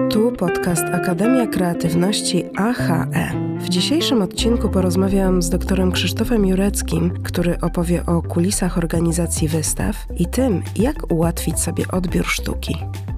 Tu podcast Akademia Kreatywności AHE. W dzisiejszym odcinku porozmawiam z doktorem Krzysztofem Jureckim, który opowie o kulisach organizacji wystaw i tym, jak ułatwić sobie odbiór sztuki.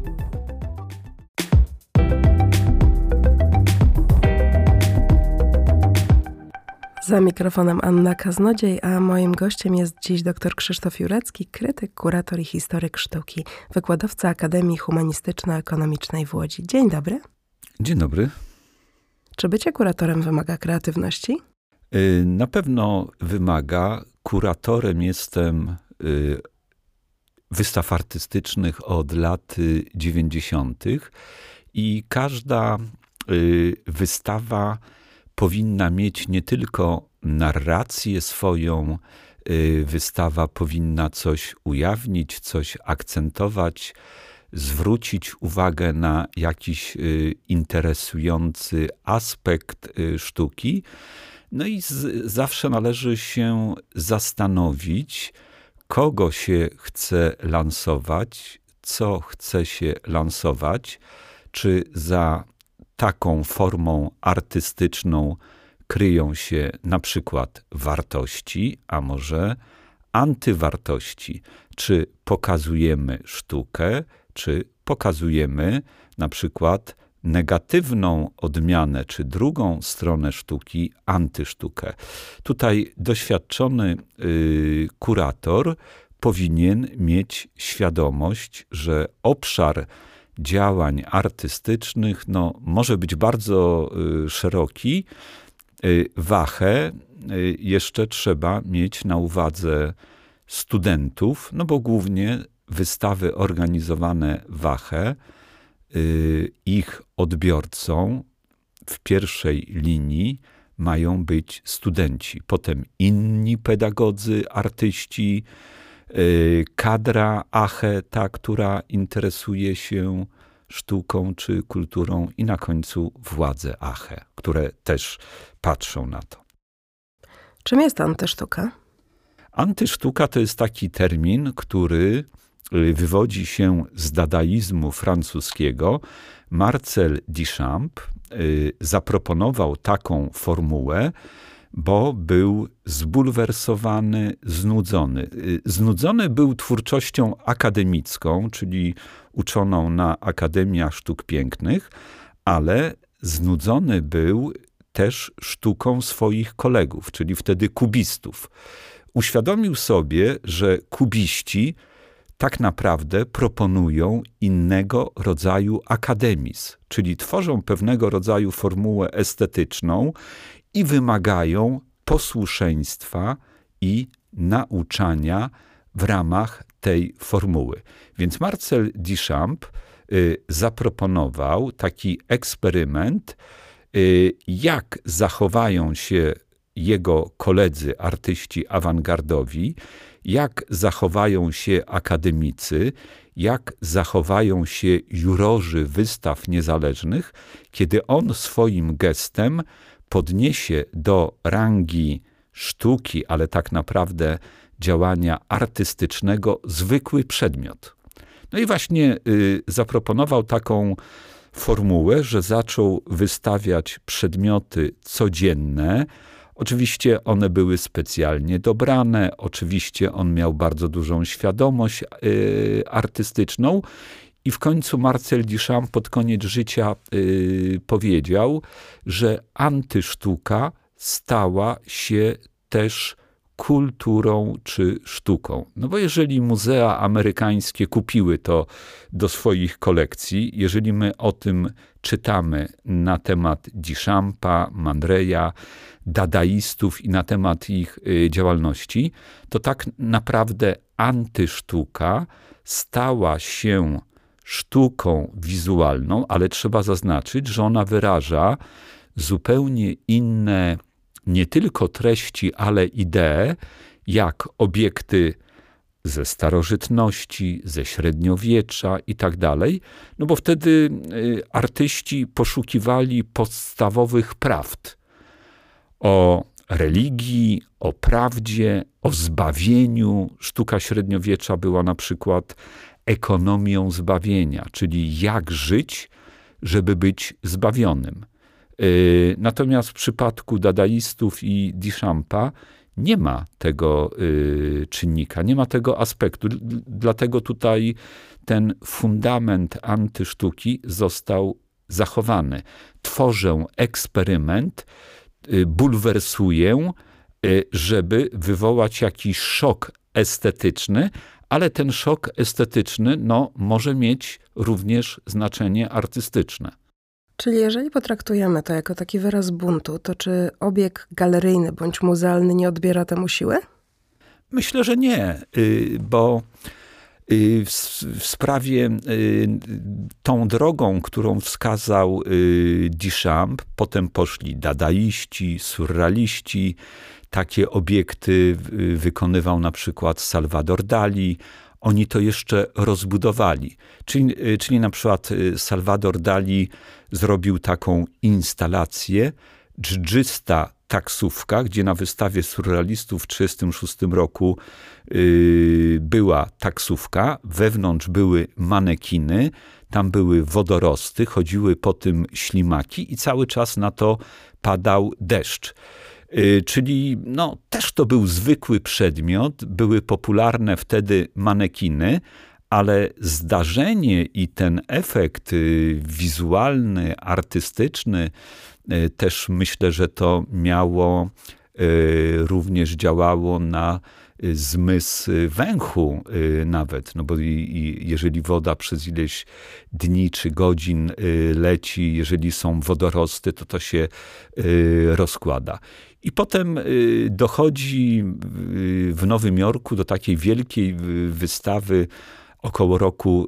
Za mikrofonem Anna Kaznodziej, a moim gościem jest dziś dr Krzysztof Jurecki, krytyk, kurator i historyk sztuki, wykładowca Akademii Humanistyczno-Ekonomicznej w Łodzi. Dzień dobry. Dzień dobry. Czy bycie kuratorem wymaga kreatywności? Na pewno wymaga. Kuratorem jestem wystaw artystycznych od lat 90. i każda wystawa powinna mieć nie tylko narrację swoją, wystawa powinna coś ujawnić, coś akcentować, zwrócić uwagę na jakiś interesujący aspekt sztuki. No i zawsze należy się zastanowić, kogo się chce lansować, co chce się lansować, czy za taką formą artystyczną kryją się na przykład wartości, a może antywartości. Czy pokazujemy sztukę, czy pokazujemy na przykład negatywną odmianę, czy drugą stronę sztuki, antysztukę. Tutaj doświadczony kurator powinien mieć świadomość, że obszar działań artystycznych może być bardzo szeroki. Wachę jeszcze trzeba mieć na uwadze studentów, bo głównie wystawy organizowane Wachę, ich odbiorcą w pierwszej linii mają być studenci, potem inni pedagodzy, artyści, kadra AHE, ta, która interesuje się sztuką czy kulturą, i na końcu władze AHE, które też patrzą na to. Czym jest antysztuka? Antysztuka to jest taki termin, który wywodzi się z dadaizmu francuskiego. Marcel Duchamp zaproponował taką formułę, bo był zbulwersowany, znudzony. Znudzony był twórczością akademicką, czyli uczoną na Akademiach Sztuk Pięknych, ale znudzony był też sztuką swoich kolegów, czyli wtedy kubistów. Uświadomił sobie, że kubiści tak naprawdę proponują innego rodzaju akademizm, czyli tworzą pewnego rodzaju formułę estetyczną i wymagają posłuszeństwa i nauczania w ramach tej formuły. Więc Marcel Duchamp zaproponował taki eksperyment, jak zachowają się jego koledzy, artyści awangardowi, jak zachowają się akademicy, jak zachowają się jurorzy wystaw niezależnych, kiedy on swoim gestem podniesie do rangi sztuki, ale tak naprawdę działania artystycznego, zwykły przedmiot. No i właśnie zaproponował taką formułę, że zaczął wystawiać przedmioty codzienne. Oczywiście one były specjalnie dobrane, oczywiście on miał bardzo dużą świadomość artystyczną i w końcu Marcel Duchamp pod koniec życia powiedział, że antysztuka stała się też kulturą czy sztuką. Bo jeżeli muzea amerykańskie kupiły to do swoich kolekcji, jeżeli my o tym czytamy na temat Duchampa, Man Raya, dadaistów i na temat ich działalności, to tak naprawdę antysztuka stała się sztuką wizualną, ale trzeba zaznaczyć, że ona wyraża zupełnie inne nie tylko treści, ale idee, jak obiekty ze starożytności, ze średniowiecza i tak dalej, bo wtedy artyści poszukiwali podstawowych prawd o religii, o prawdzie, o zbawieniu. Sztuka średniowiecza była na przykład ekonomią zbawienia, czyli jak żyć żeby być zbawionym. Natomiast w przypadku dadaistów i Duchampa nie ma tego czynnika, nie ma tego aspektu. Dlatego tutaj ten fundament antysztuki został zachowany. Tworzę eksperyment, bulwersuję, żeby wywołać jakiś szok estetyczny, ale ten szok estetyczny może mieć również znaczenie artystyczne. Czyli jeżeli potraktujemy to jako taki wyraz buntu, to czy obieg galeryjny bądź muzealny nie odbiera temu siły? Myślę, że nie, bo w sprawie tą drogą, którą wskazał Duchamp, potem poszli dadaiści, surrealiści, takie obiekty wykonywał na przykład Salvador Dali. Oni to jeszcze rozbudowali. Czyli na przykład Salvador Dali zrobił taką instalację dżdżysta taksówka, gdzie na wystawie surrealistów w 1936 roku była taksówka, wewnątrz były manekiny, tam były wodorosty, chodziły po tym ślimaki i cały czas na to padał deszcz. Czyli też to był zwykły przedmiot, były popularne wtedy manekiny, ale zdarzenie i ten efekt wizualny, artystyczny, też myślę, że to miało, również działało na zmysł węchu nawet, bo jeżeli woda przez ileś dni czy godzin leci, jeżeli są wodorosty, to się rozkłada. I potem dochodzi w Nowym Jorku do takiej wielkiej wystawy około roku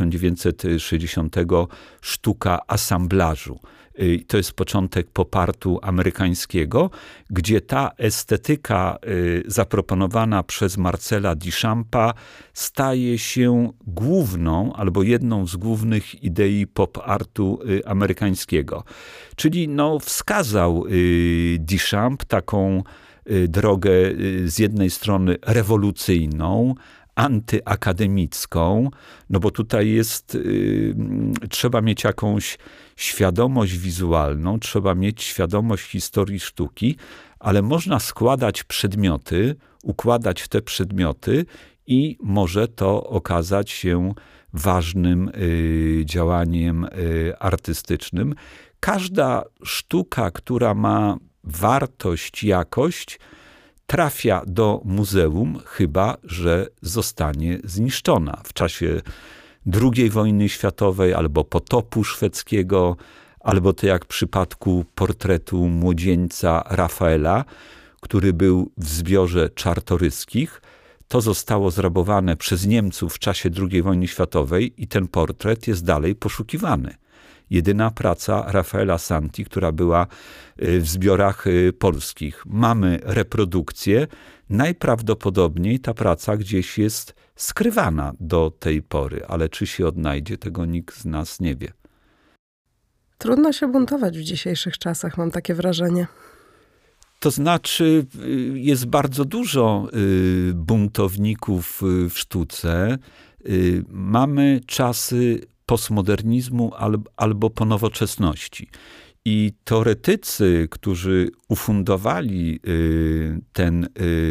1960 sztuka asamblażu. To jest początek popartu amerykańskiego, gdzie ta estetyka zaproponowana przez Marcela Duchampa staje się główną albo jedną z głównych idei pop-artu amerykańskiego. Czyli wskazał Duchamp taką drogę z jednej strony rewolucyjną, antyakademicką, bo tutaj jest, trzeba mieć jakąś świadomość wizualną, trzeba mieć świadomość historii sztuki, ale można składać przedmioty, układać te przedmioty i może to okazać się ważnym działaniem artystycznym. Każda sztuka, która ma wartość, jakość, trafia do muzeum, chyba że zostanie zniszczona w czasie II wojny światowej albo potopu szwedzkiego, albo to jak w przypadku portretu młodzieńca Rafaela, który był w zbiorze Czartoryskich. To zostało zrabowane przez Niemców w czasie II wojny światowej i ten portret jest dalej poszukiwany. Jedyna praca Rafaela Santi, która była w zbiorach polskich. Mamy reprodukcję. Najprawdopodobniej ta praca gdzieś jest skrywana do tej pory, ale czy się odnajdzie, tego nikt z nas nie wie. Trudno się buntować w dzisiejszych czasach, mam takie wrażenie. To znaczy, jest bardzo dużo buntowników w sztuce. Mamy czasy postmodernizmu albo ponowoczesności. I teoretycy, którzy ufundowali ten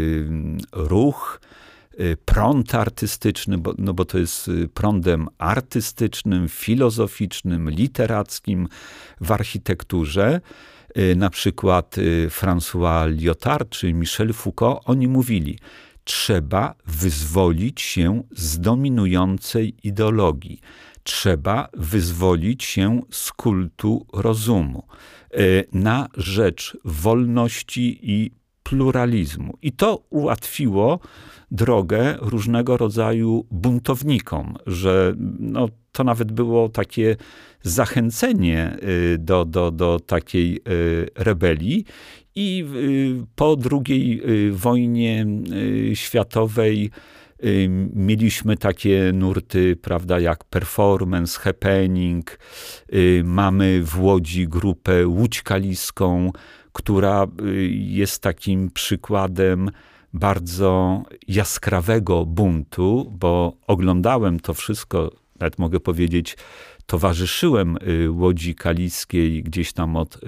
ruch, prąd artystyczny, bo to jest prądem artystycznym, filozoficznym, literackim w architekturze, na przykład François Lyotard czy Michel Foucault, oni mówili, trzeba wyzwolić się z dominującej ideologii. Trzeba wyzwolić się z kultu rozumu na rzecz wolności i pluralizmu. I to ułatwiło drogę różnego rodzaju buntownikom, że to nawet było takie zachęcenie do takiej rebelii. I po II wojnie światowej mieliśmy takie nurty, prawda, jak performance, happening. Mamy w Łodzi grupę Łódź Kaliską, która jest takim przykładem bardzo jaskrawego buntu, bo oglądałem to wszystko, nawet mogę powiedzieć, towarzyszyłem Łodzi Kaliskiej gdzieś tam od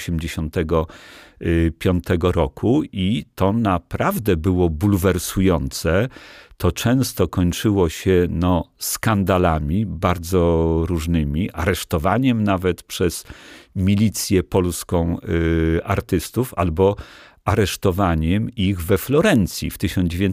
1985 roku i to naprawdę było bulwersujące. To często kończyło się skandalami bardzo różnymi, aresztowaniem nawet przez milicję polską artystów albo aresztowaniem ich we Florencji w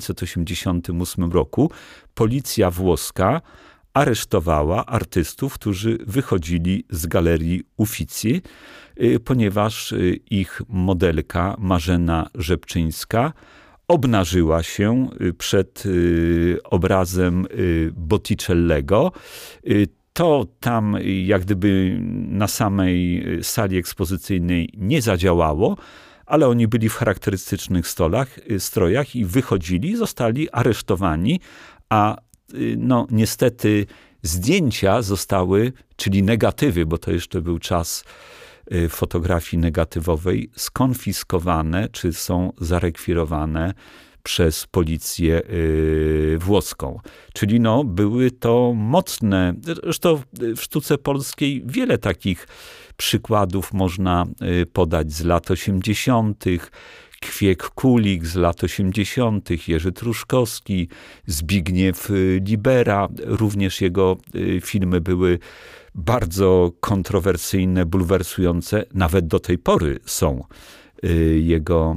1988 roku. Policja włoska aresztowała artystów, którzy wychodzili z galerii Uffizi, ponieważ ich modelka Marzena Rzepczyńska obnażyła się przed obrazem Botticellego. To tam jak gdyby na samej sali ekspozycyjnej nie zadziałało, ale oni byli w charakterystycznych strojach i wychodzili, zostali aresztowani, a niestety zdjęcia zostały, czyli negatywy, bo to jeszcze był czas fotografii negatywowej, skonfiskowane, czy są zarekwirowane przez policję włoską. Czyli były to mocne, zresztą w sztuce polskiej wiele takich przykładów można podać z lat 80., Kwiek Kulik z lat 80., Jerzy Truszkowski, Zbigniew Libera. Również jego filmy były bardzo kontrowersyjne, bulwersujące. Nawet do tej pory są jego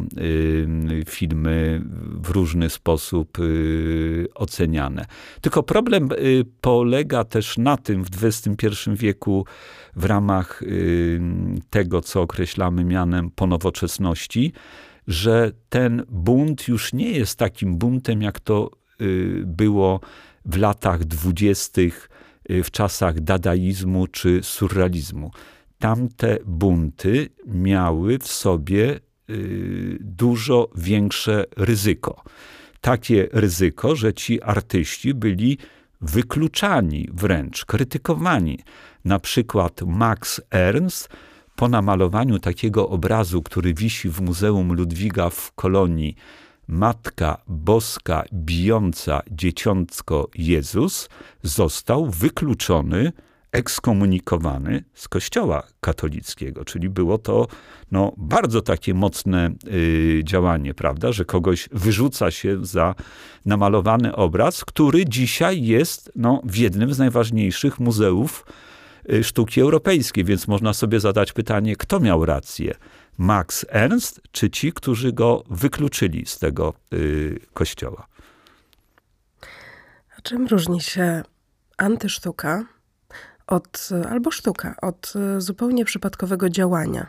filmy w różny sposób oceniane. Tylko problem polega też na tym w XXI wieku w ramach tego, co określamy mianem ponowoczesności, że ten bunt już nie jest takim buntem, jak to było w latach 20., w czasach dadaizmu czy surrealizmu. Tamte bunty miały w sobie dużo większe ryzyko. Takie ryzyko, że ci artyści byli wykluczani wręcz, krytykowani. Na przykład Max Ernst po namalowaniu takiego obrazu, który wisi w Muzeum Ludwiga w Kolonii, Matka Boska bijąca dzieciątko Jezus, został wykluczony, ekskomunikowany z Kościoła katolickiego. Czyli było to bardzo takie mocne działanie, prawda, że kogoś wyrzuca się za namalowany obraz, który dzisiaj jest w jednym z najważniejszych muzeów sztuki europejskiej, więc można sobie zadać pytanie, kto miał rację? Max Ernst, czy ci, którzy go wykluczyli z tego kościoła? A czym różni się antysztuka albo sztuka od zupełnie przypadkowego działania?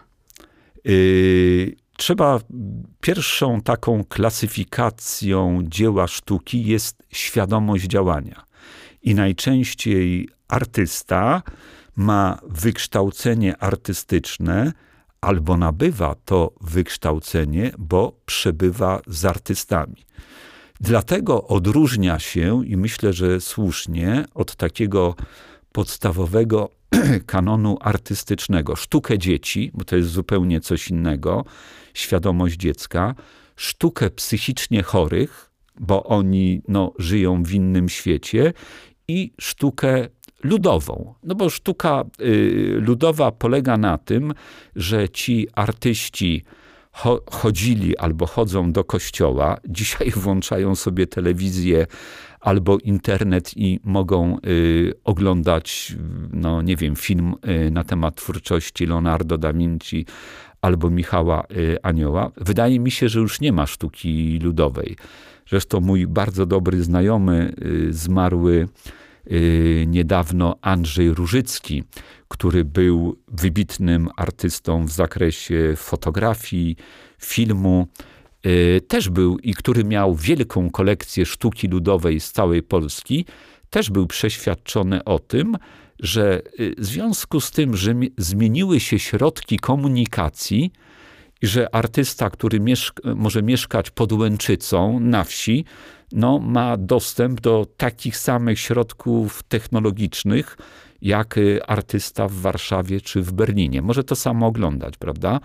Pierwszą taką klasyfikacją dzieła sztuki jest świadomość działania. I najczęściej artysta ma wykształcenie artystyczne albo nabywa to wykształcenie, bo przebywa z artystami. Dlatego odróżnia się, i myślę, że słusznie, od takiego podstawowego kanonu artystycznego. Sztukę dzieci, bo to jest zupełnie coś innego, świadomość dziecka, sztukę psychicznie chorych, bo oni żyją w innym świecie, i sztukę ludową. Bo sztuka ludowa polega na tym, że ci artyści chodzili albo chodzą do kościoła, dzisiaj włączają sobie telewizję albo internet i mogą oglądać, film na temat twórczości Leonardo da Vinci albo Michała Anioła. Wydaje mi się, że już nie ma sztuki ludowej. Zresztą mój bardzo dobry znajomy, zmarły niedawno Andrzej Różycki, który był wybitnym artystą w zakresie fotografii, filmu, też był i który miał wielką kolekcję sztuki ludowej z całej Polski, też był przeświadczony o tym, że w związku z tym, że zmieniły się środki komunikacji i że artysta, który może mieszkać pod Łęczycą na wsi, ma dostęp do takich samych środków technologicznych, jak artysta w Warszawie czy w Berlinie. Może to samo oglądać, prawda?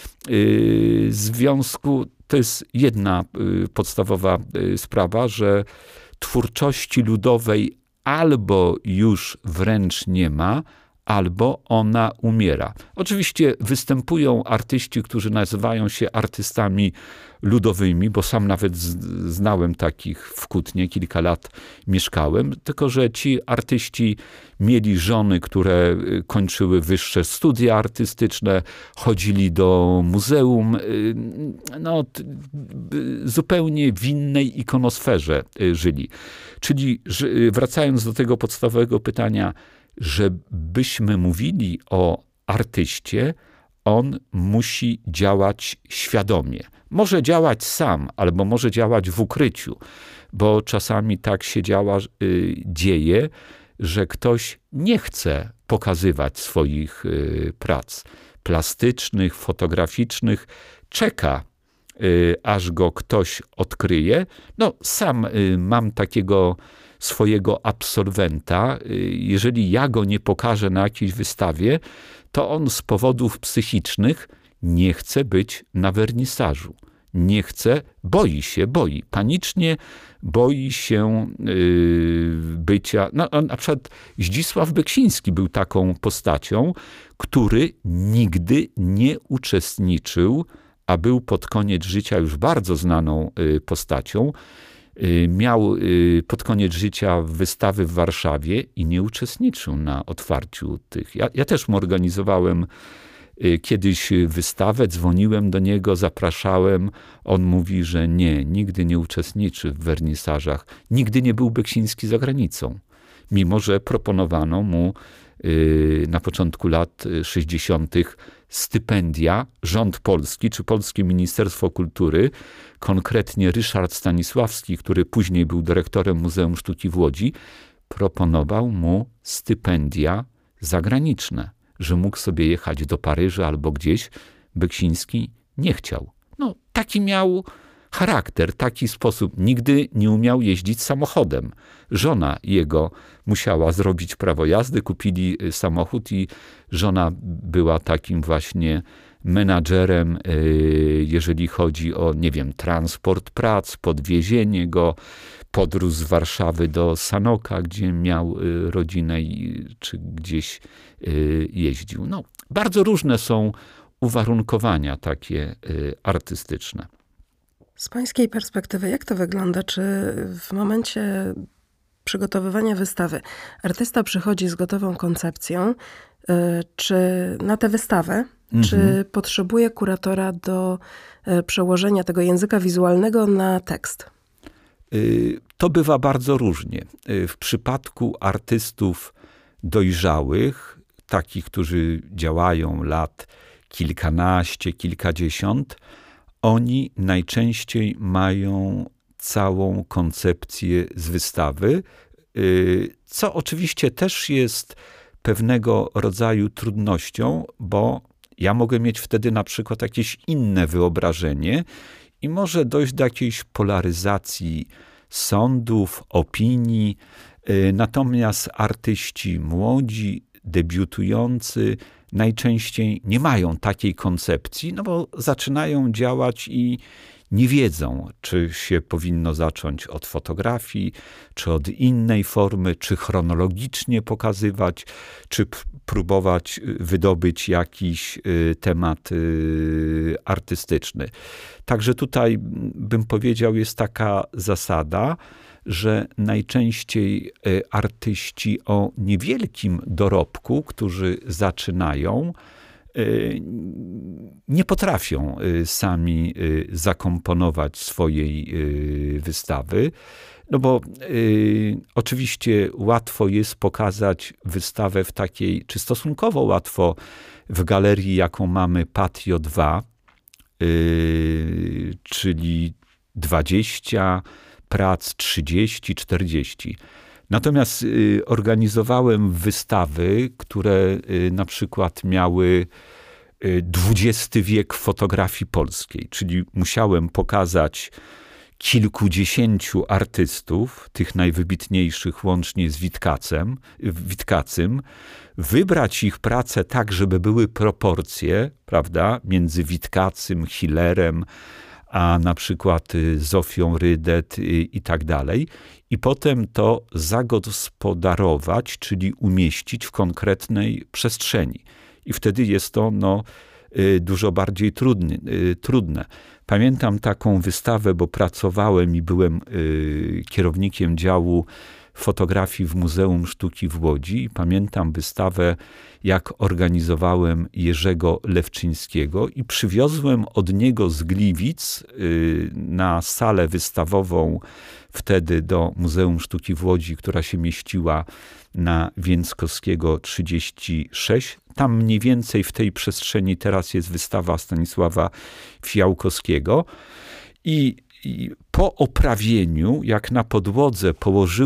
To jest jedna podstawowa sprawa, że twórczości ludowej albo już wręcz nie ma, albo ona umiera. Oczywiście występują artyści, którzy nazywają się artystami ludowymi, bo sam nawet znałem takich w Kutnie, kilka lat mieszkałem, tylko że ci artyści mieli żony, które kończyły wyższe studia artystyczne, chodzili do muzeum, no, zupełnie w innej ikonosferze żyli. Czyli wracając do tego podstawowego pytania, żebyśmy mówili o artyście, on musi działać świadomie. Może działać sam, albo może działać w ukryciu, bo czasami tak się dzieje, że ktoś nie chce pokazywać swoich prac plastycznych, fotograficznych, czeka, aż go ktoś odkryje. No, sam mam takiego swojego absolwenta. Jeżeli ja go nie pokażę na jakiejś wystawie, to on z powodów psychicznych nie chce być na wernisażu. Nie chce, panicznie boi się bycia. No, na przykład Zdzisław Beksiński był taką postacią, który nigdy nie uczestniczył, a był pod koniec życia już bardzo znaną postacią. Miał pod koniec życia wystawy w Warszawie i nie uczestniczył na otwarciu tych. Ja też mu organizowałem kiedyś wystawę, dzwoniłem do niego, zapraszałem. On mówi, że nigdy nie uczestniczy w wernisażach. Nigdy nie był Beksiński za granicą. Mimo że proponowano mu na początku lat 60. stypendia, rząd polski czy Polskie Ministerstwo Kultury, konkretnie Ryszard Stanisławski, który później był dyrektorem Muzeum Sztuki w Łodzi, proponował mu stypendia zagraniczne, że mógł sobie jechać do Paryża albo gdzieś. Beksiński nie chciał. No, taki miał charakter, taki sposób. Nigdy nie umiał jeździć samochodem. Żona jego musiała zrobić prawo jazdy, kupili samochód i żona była takim właśnie menadżerem, jeżeli chodzi o, transport prac, podwiezienie go, podróż z Warszawy do Sanoka, gdzie miał rodzinę czy gdzieś jeździł. No, bardzo różne są uwarunkowania takie artystyczne. Z pańskiej perspektywy, jak to wygląda? Czy w momencie przygotowywania wystawy artysta przychodzi z gotową koncepcją, czy na tę wystawę, czy potrzebuje kuratora do przełożenia tego języka wizualnego na tekst? To bywa bardzo różnie. W przypadku artystów dojrzałych, takich, którzy działają lat kilkanaście, kilkadziesiąt, oni najczęściej mają całą koncepcję z wystawy, co oczywiście też jest pewnego rodzaju trudnością, bo ja mogę mieć wtedy na przykład jakieś inne wyobrażenie i może dojść do jakiejś polaryzacji sądów, opinii. Natomiast artyści młodzi, debiutujący najczęściej nie mają takiej koncepcji, no bo zaczynają działać i nie wiedzą, czy się powinno zacząć od fotografii, czy od innej formy, czy chronologicznie pokazywać, czy próbować wydobyć jakiś temat artystyczny. Także tutaj bym powiedział, jest taka zasada, że najczęściej artyści o niewielkim dorobku, którzy zaczynają, nie potrafią sami zakomponować swojej wystawy. No bo oczywiście łatwo jest pokazać wystawę w takiej, czy stosunkowo łatwo w galerii, jaką mamy Patio 2, czyli 20 prac, 30, 40. Natomiast organizowałem wystawy, które na przykład miały XX wiek fotografii polskiej, czyli musiałem pokazać kilkudziesięciu artystów, tych najwybitniejszych łącznie z Witkacym, wybrać ich prace tak, żeby były proporcje, prawda, między Witkacym, Hillerem, a na przykład Zofią Rydet i tak dalej. I potem to zagospodarować, czyli umieścić w konkretnej przestrzeni. I wtedy jest to dużo bardziej trudne. Pamiętam taką wystawę, bo pracowałem i byłem kierownikiem działu fotografii w Muzeum Sztuki w Łodzi. I pamiętam wystawę, jak organizowałem Jerzego Lewczyńskiego i przywiozłem od niego z Gliwic na salę wystawową wtedy do Muzeum Sztuki w Łodzi, która się mieściła na Więckowskiego 36. Tam mniej więcej w tej przestrzeni teraz jest wystawa Stanisława Fiałkowskiego. I po oprawieniu, jak na podłodze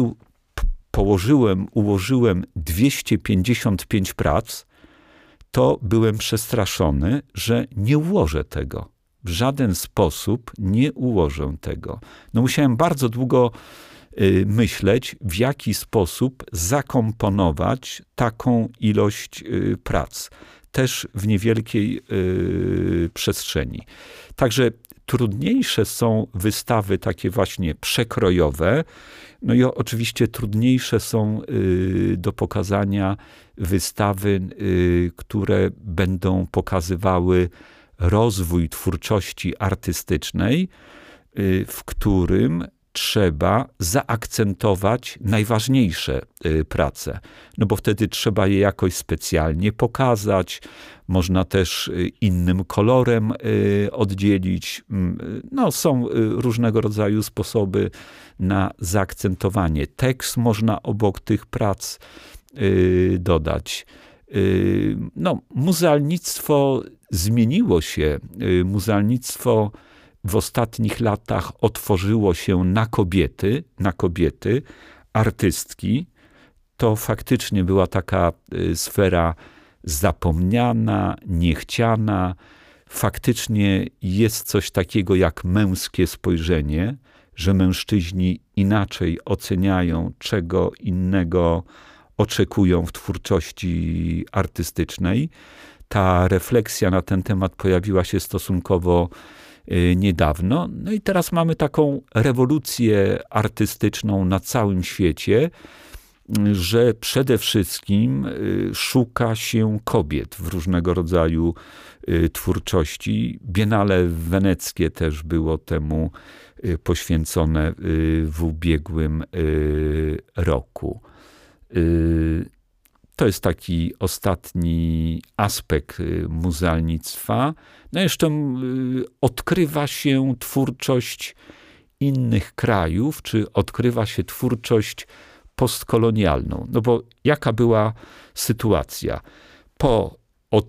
ułożyłem 255 prac, to byłem przestraszony, że nie ułożę tego. W żaden sposób nie ułożę tego. Musiałem bardzo długo myśleć, w jaki sposób zakomponować taką ilość prac. Też w niewielkiej przestrzeni. Także trudniejsze są wystawy takie właśnie przekrojowe, i oczywiście trudniejsze są do pokazania wystawy, które będą pokazywały rozwój twórczości artystycznej, w którym trzeba zaakcentować najważniejsze prace. Bo wtedy trzeba je jakoś specjalnie pokazać, można też innym kolorem oddzielić. Są różnego rodzaju sposoby na zaakcentowanie. Tekst można obok tych prac dodać. Muzealnictwo zmieniło się. Muzealnictwo w ostatnich latach otworzyło się na kobiety, artystki. To faktycznie była taka sfera zapomniana, niechciana. Faktycznie jest coś takiego jak męskie spojrzenie, że mężczyźni inaczej oceniają, czego innego oczekują w twórczości artystycznej. Ta refleksja na ten temat pojawiła się stosunkowo niedawno. I teraz mamy taką rewolucję artystyczną na całym świecie, że przede wszystkim szuka się kobiet w różnego rodzaju twórczości. Biennale weneckie też było temu poświęcone w ubiegłym roku. To jest taki ostatni aspekt muzealnictwa. Jeszcze odkrywa się twórczość innych krajów, czy odkrywa się twórczość postkolonialną. Bo jaka była sytuacja? Po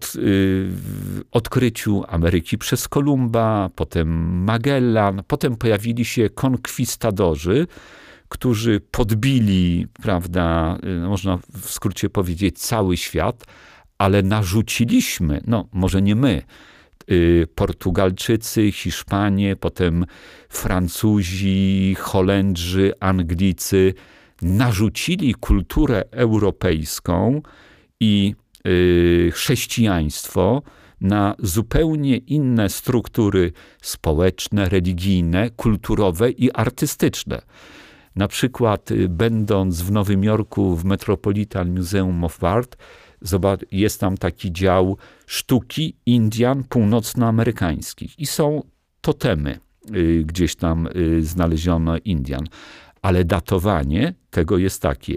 odkryciu Ameryki przez Kolumba, potem Magellan, potem pojawili się konkwistadorzy, którzy podbili, prawda, można w skrócie powiedzieć, cały świat, ale narzuciliśmy, może nie my, Portugalczycy, Hiszpanie, potem Francuzi, Holendrzy, Anglicy, narzucili kulturę europejską i chrześcijaństwo na zupełnie inne struktury społeczne, religijne, kulturowe i artystyczne. Na przykład będąc w Nowym Jorku w Metropolitan Museum of Art, jest tam taki dział sztuki Indian północnoamerykańskich i są totemy, gdzieś tam znaleziono Indian. Ale datowanie tego jest takie,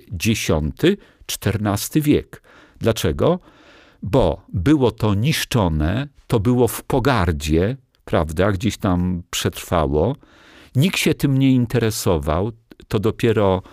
X-XIV wiek. Dlaczego? Bo było to niszczone, to było w pogardzie, prawda, gdzieś tam przetrwało. Nikt się tym nie interesował, to dopiero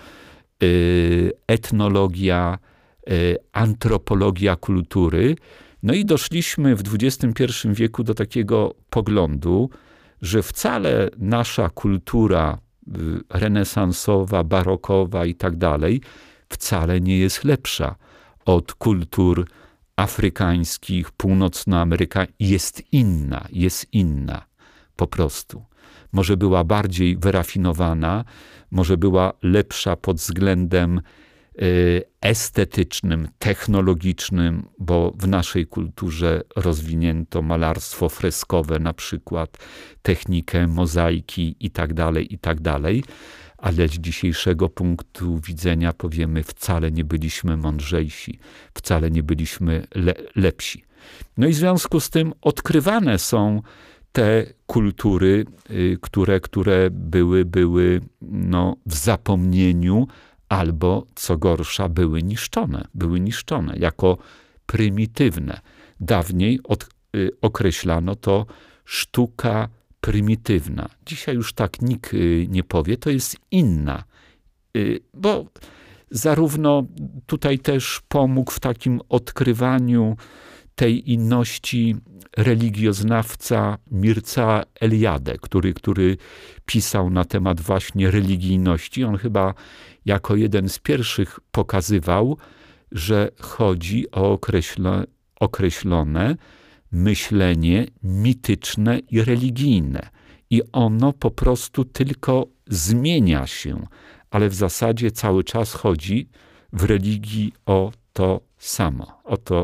etnologia, antropologia kultury. I doszliśmy w XXI wieku do takiego poglądu, że wcale nasza kultura renesansowa, barokowa i tak dalej, wcale nie jest lepsza od kultur afrykańskich, północnoamerykańskich. Jest inna po prostu. Może była bardziej wyrafinowana, może była lepsza pod względem estetycznym, technologicznym, bo w naszej kulturze rozwinięto malarstwo freskowe na przykład, technikę mozaiki i tak dalej, ale z dzisiejszego punktu widzenia powiemy, wcale nie byliśmy mądrzejsi, wcale nie byliśmy lepsi. No i w związku z tym odkrywane są te kultury, które były w zapomnieniu, albo co gorsza, były niszczone jako prymitywne. Dawniej określano to sztuka prymitywna. Dzisiaj już tak nikt nie powie, to jest inna. Bo zarówno tutaj też pomógł w takim odkrywaniu tej inności religioznawca Mircea Eliade, który pisał na temat właśnie religijności. On chyba jako jeden z pierwszych pokazywał, że chodzi o określone myślenie mityczne i religijne. I ono po prostu tylko zmienia się, ale w zasadzie cały czas chodzi w religii o to samo.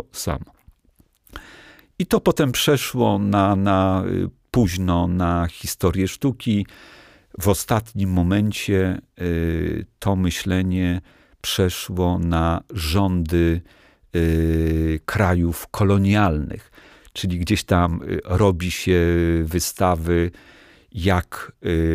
I to potem przeszło późno na historię sztuki. W ostatnim momencie to myślenie przeszło na rządy krajów kolonialnych. Czyli gdzieś tam robi się wystawy, jak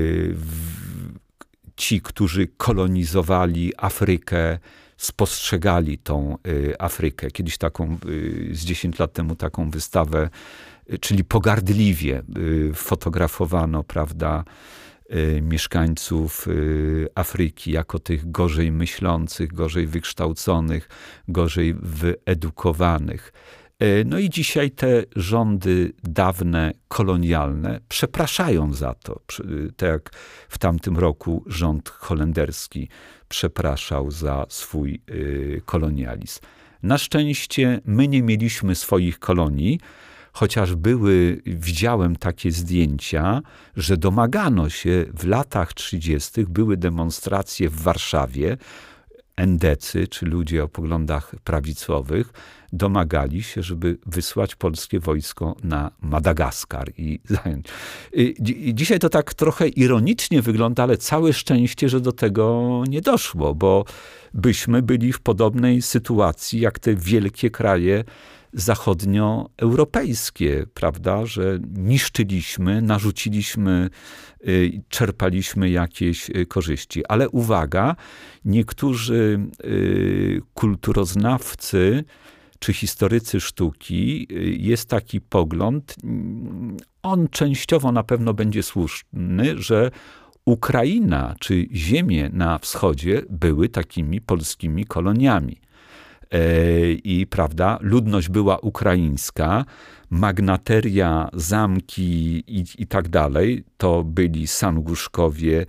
ci, którzy kolonizowali Afrykę, spostrzegali tą Afrykę. Kiedyś z 10 lat temu taką wystawę, czyli pogardliwie fotografowano, prawda, mieszkańców Afryki jako tych gorzej myślących, gorzej wykształconych, gorzej wyedukowanych. No i dzisiaj te rządy dawne, kolonialne, przepraszają za to. Tak jak w tamtym roku rząd holenderski przepraszał za swój kolonializm. Na szczęście my nie mieliśmy swoich kolonii, chociaż widziałem takie zdjęcia, że domagano się w latach 30. były demonstracje w Warszawie. endecy, czy ludzie o poglądach prawicowych, domagali się, żeby wysłać polskie wojsko na Madagaskar i zająć. Dzisiaj to tak trochę ironicznie wygląda, ale całe szczęście, że do tego nie doszło, bo byśmy byli w podobnej sytuacji jak te wielkie kraje zachodnioeuropejskie, prawda, że niszczyliśmy, narzuciliśmy, czerpaliśmy jakieś korzyści. Ale uwaga, niektórzy kulturoznawcy czy historycy sztuki, jest taki pogląd, on częściowo na pewno będzie słuszny, że Ukraina czy ziemie na wschodzie były takimi polskimi koloniami. I prawda, ludność była ukraińska, magnateria, zamki i tak dalej, to byli Sanguszkowie,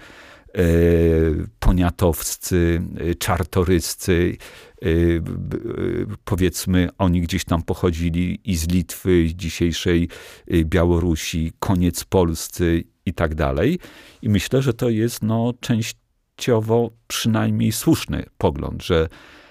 poniatowscy, czartoryscy, powiedzmy, oni gdzieś tam pochodzili i z Litwy, z dzisiejszej Białorusi, koniec polscy i tak dalej. I myślę, że to jest częściowo przynajmniej słuszny pogląd, że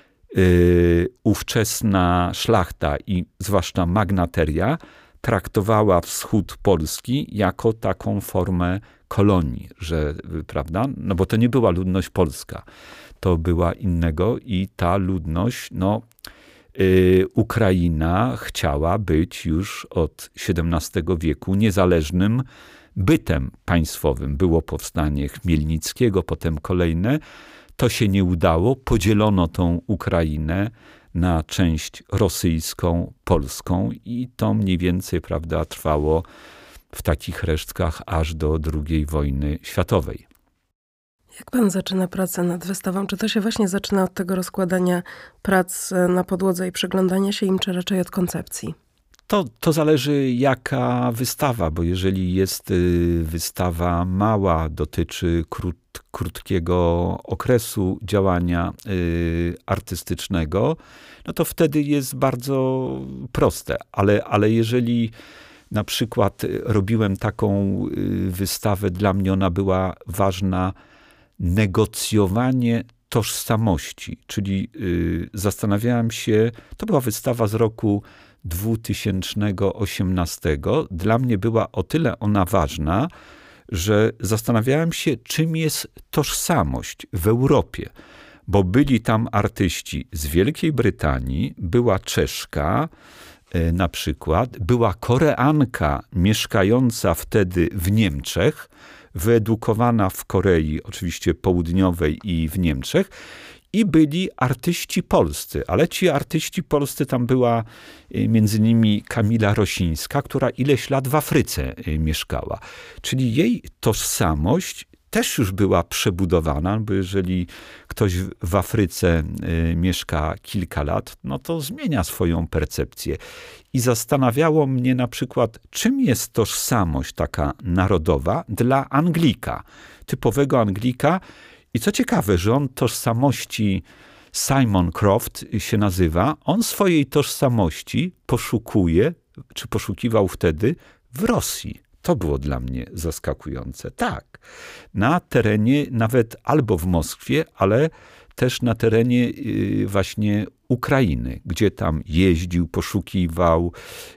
ówczesna szlachta i zwłaszcza magnateria traktowała wschód Polski jako taką formę kolonii, że, prawda, no bo to nie była ludność polska, to była innego i ta ludność, Ukraina chciała być już od XVII wieku niezależnym bytem państwowym. Było powstanie Chmielnickiego, potem kolejne. To się nie udało, podzielono tą Ukrainę na część rosyjską, polską i to mniej więcej, prawda, trwało w takich resztkach aż do II wojny światowej. Jak pan zaczyna pracę nad wystawą? Czy to się właśnie zaczyna od tego rozkładania prac na podłodze i przyglądania się im, czy raczej od koncepcji? To zależy jaka wystawa, bo jeżeli jest wystawa mała, dotyczy krótkiego okresu działania artystycznego, no to wtedy jest bardzo proste. Ale jeżeli na przykład robiłem taką wystawę, dla mnie ona była ważna, negocjowanie tożsamości, czyli zastanawiałem się, to była wystawa z roku 2018. Dla mnie była o tyle ona ważna, że zastanawiałem się, czym jest tożsamość w Europie. Bo byli tam artyści z Wielkiej Brytanii, była Czeszka na przykład, była Koreanka mieszkająca wtedy w Niemczech, wyedukowana w Korei, oczywiście Południowej i w Niemczech, i byli artyści polscy, ale ci artyści polscy, tam była między innymi Kamila Rosińska, która ileś lat w Afryce mieszkała. Czyli jej tożsamość też już była przebudowana, bo jeżeli ktoś w Afryce mieszka kilka lat, no to zmienia swoją percepcję. I zastanawiało mnie na przykład, czym jest tożsamość taka narodowa dla Anglika, typowego Anglika. I co ciekawe, że on tożsamości, Simon Croft się nazywa, on swojej tożsamości poszukuje, czy poszukiwał wtedy w Rosji. To było dla mnie zaskakujące. Tak, na terenie nawet albo w Moskwie, ale też na terenie właśnie Ukrainy, gdzie tam jeździł, poszukiwał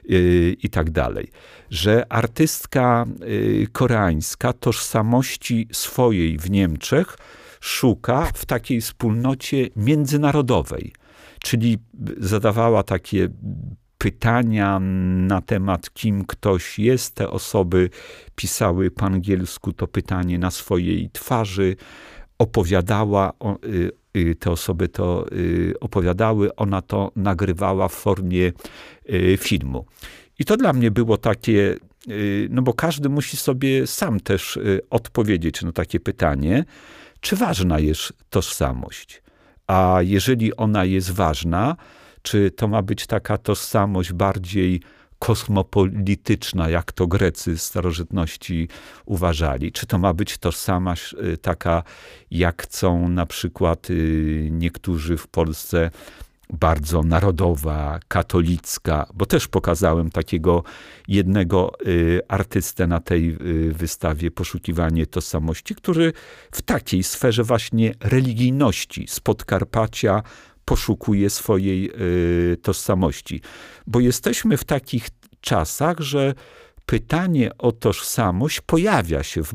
i tak dalej. Że artystka koreańska tożsamości swojej w Niemczech szuka w takiej wspólnocie międzynarodowej. Czyli zadawała takie pytania na temat, kim ktoś jest. Te osoby pisały po angielsku to pytanie na swojej twarzy, opowiadała, te osoby to opowiadały, ona to nagrywała w formie filmu. I to dla mnie było takie, no bo każdy musi sobie sam też odpowiedzieć na takie pytanie, czy ważna jest tożsamość? A jeżeli ona jest ważna, czy to ma być taka tożsamość bardziej kosmopolityczna, jak to Grecy z starożytności uważali? Czy to ma być tożsamość taka, jak chcą na przykład niektórzy w Polsce, bardzo narodowa, katolicka, bo też pokazałem takiego jednego artystę na tej wystawie Poszukiwanie tożsamości, który w takiej sferze właśnie religijności z Podkarpacia poszukuje swojej tożsamości. Bo jesteśmy w takich czasach, że pytanie o tożsamość pojawia się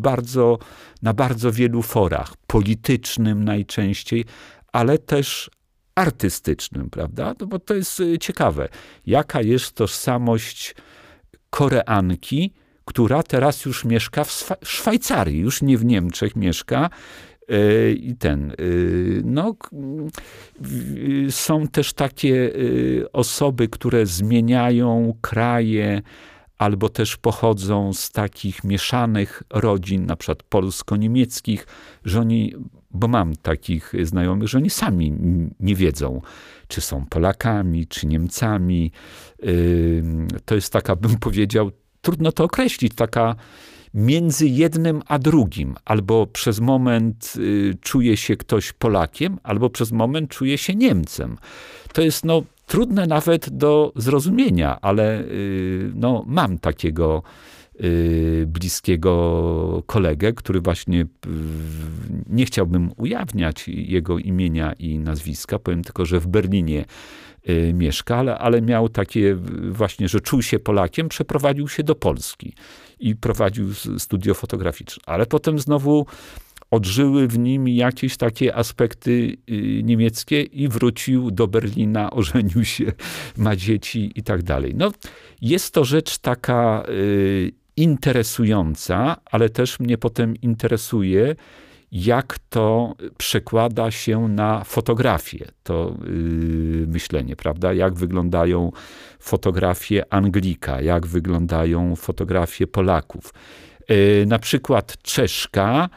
na bardzo wielu forach, politycznym najczęściej, ale też artystycznym, prawda? No bo to jest ciekawe. Jaka jest tożsamość Koreanki, która teraz już mieszka w Szwajcarii, już nie w Niemczech mieszka, są też takie osoby, które zmieniają kraje, albo też pochodzą z takich mieszanych rodzin, na przykład polsko-niemieckich, że oni, bo mam takich znajomych, że oni sami nie wiedzą, czy są Polakami, czy Niemcami. To jest taka, bym powiedział, trudno to określić, taka między jednym a drugim. Albo przez moment czuje się ktoś Polakiem, albo przez moment czuje się Niemcem. To jest trudne nawet do zrozumienia, ale mam takiego bliskiego kolegę, który właśnie, nie chciałbym ujawniać jego imienia i nazwiska, powiem tylko, że w Berlinie mieszka, ale miał takie właśnie, że czuł się Polakiem, przeprowadził się do Polski i prowadził studio fotograficzne. Ale potem znowu odżyły w nim jakieś takie aspekty niemieckie i wrócił do Berlina, ożenił się, ma dzieci i tak dalej. Jest to rzecz taka interesująca, ale też mnie potem interesuje, jak to przekłada się na fotografię, to myślenie, prawda? Jak wyglądają fotografie Anglika, jak wyglądają fotografie Polaków. Na przykład Czeszka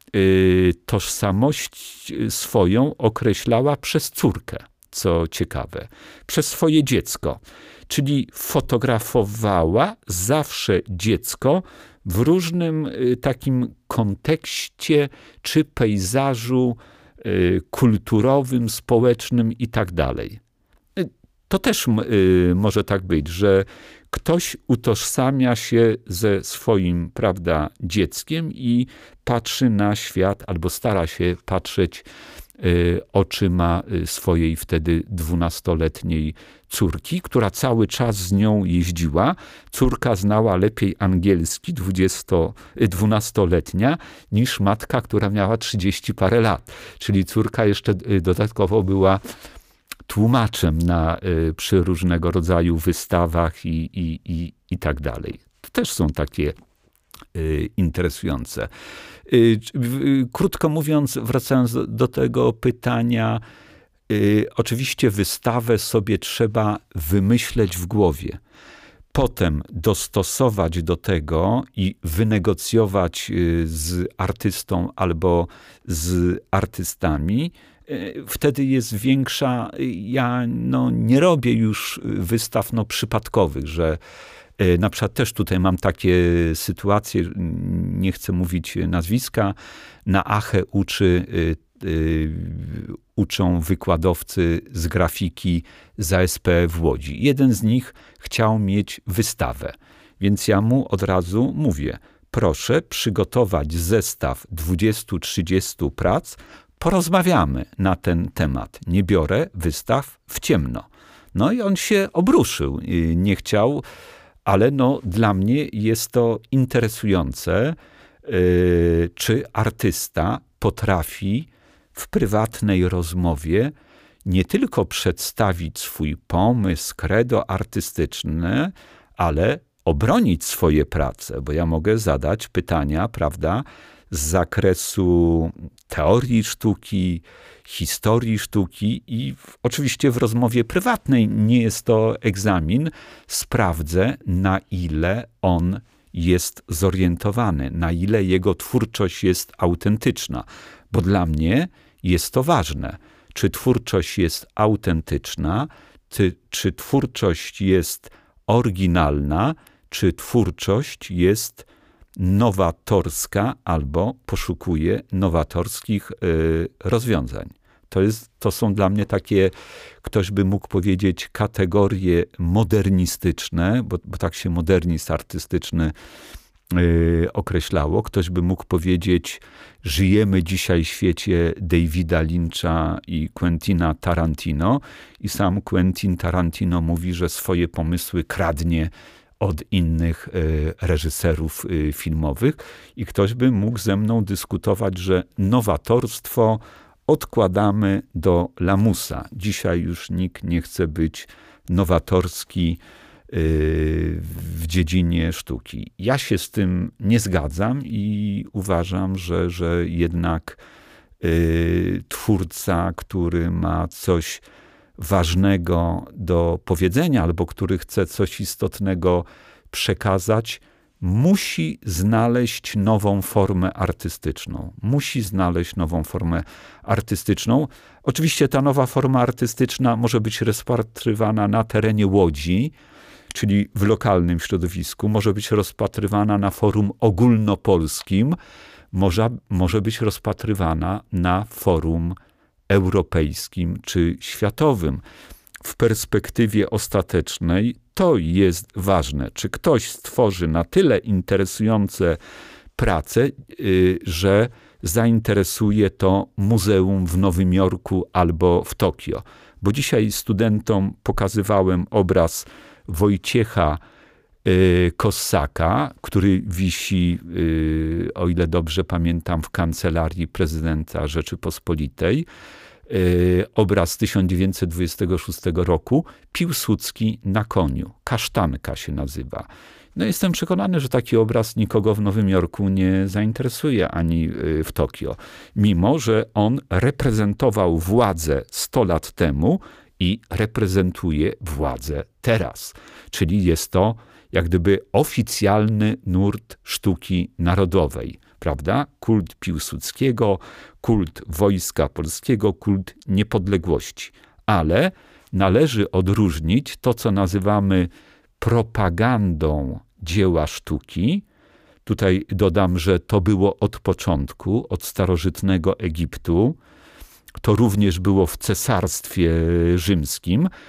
tożsamość swoją określała przez córkę, co ciekawe, przez swoje dziecko. Czyli fotografowała zawsze dziecko w różnym takim kontekście czy pejzażu kulturowym, społecznym i tak dalej. To też może tak być, że ktoś utożsamia się ze swoim, prawda, dzieckiem i patrzy na świat, albo stara się patrzeć oczyma swojej wtedy 12-letniej córki, która cały czas z nią jeździła. Córka znała lepiej angielski, 12-letnia, niż matka, która miała 30 parę lat. Czyli córka jeszcze dodatkowo była tłumaczem przy różnego rodzaju wystawach i tak dalej. To też są takie interesujące. Krótko mówiąc, wracając do tego pytania, oczywiście wystawę sobie trzeba wymyśleć w głowie. Potem dostosować do tego i wynegocjować z artystą albo z artystami. Wtedy jest większa, ja nie robię już wystaw przypadkowych, że na przykład też tutaj mam takie sytuacje, nie chcę mówić nazwiska, na ACHE uczą wykładowcy z grafiki z ASP w Łodzi. Jeden z nich chciał mieć wystawę, więc ja mu od razu mówię, proszę przygotować zestaw 20-30 prac, porozmawiamy na ten temat. Nie biorę wystaw w ciemno. No i on się obruszył, nie chciał, ale dla mnie jest to interesujące, czy artysta potrafi w prywatnej rozmowie nie tylko przedstawić swój pomysł, credo artystyczne, ale obronić swoje prace, bo ja mogę zadać pytania, prawda, z zakresu teorii sztuki, historii sztuki i oczywiście w rozmowie prywatnej, nie jest to egzamin, sprawdzę, na ile on jest zorientowany, na ile jego twórczość jest autentyczna, bo dla mnie jest to ważne. Czy twórczość jest autentyczna, czy twórczość jest oryginalna, czy twórczość jest nowatorska albo poszukuje nowatorskich rozwiązań. To są dla mnie takie, ktoś by mógł powiedzieć, kategorie modernistyczne, bo tak się modernizm artystyczny określało. Ktoś by mógł powiedzieć, żyjemy dzisiaj w świecie Davida Lyncha i Quentina Tarantino i sam Quentin Tarantino mówi, że swoje pomysły kradnie od innych reżyserów filmowych i ktoś by mógł ze mną dyskutować, że nowatorstwo odkładamy do lamusa. Dzisiaj już nikt nie chce być nowatorski w dziedzinie sztuki. Ja się z tym nie zgadzam i uważam, że jednak twórca, który ma coś ważnego do powiedzenia albo który chce coś istotnego przekazać, musi znaleźć nową formę artystyczną. Musi znaleźć nową formę artystyczną. Oczywiście ta nowa forma artystyczna może być rozpatrywana na terenie Łodzi, czyli w lokalnym środowisku, może być rozpatrywana na forum ogólnopolskim, może być rozpatrywana na forum europejskim czy światowym. W perspektywie ostatecznej to jest ważne, czy ktoś stworzy na tyle interesujące prace, że zainteresuje to muzeum w Nowym Jorku albo w Tokio. Bo dzisiaj studentom pokazywałem obraz Wojciecha Kossaka, który wisi, o ile dobrze pamiętam, w kancelarii prezydenta Rzeczypospolitej. Obraz 1926 roku, Piłsudski na koniu. Kasztanka się nazywa. No jestem przekonany, że taki obraz nikogo w Nowym Jorku nie zainteresuje, ani w Tokio. Mimo że on reprezentował władzę 100 lat temu i reprezentuje władzę teraz. Czyli jest to jak gdyby oficjalny nurt sztuki narodowej. Prawda? Kult Piłsudskiego, kult Wojska Polskiego, kult niepodległości. Ale należy odróżnić to, co nazywamy propagandą dzieła sztuki. Tutaj dodam, że to było od początku, od starożytnego Egiptu. To również było w Cesarstwie Rzymskim.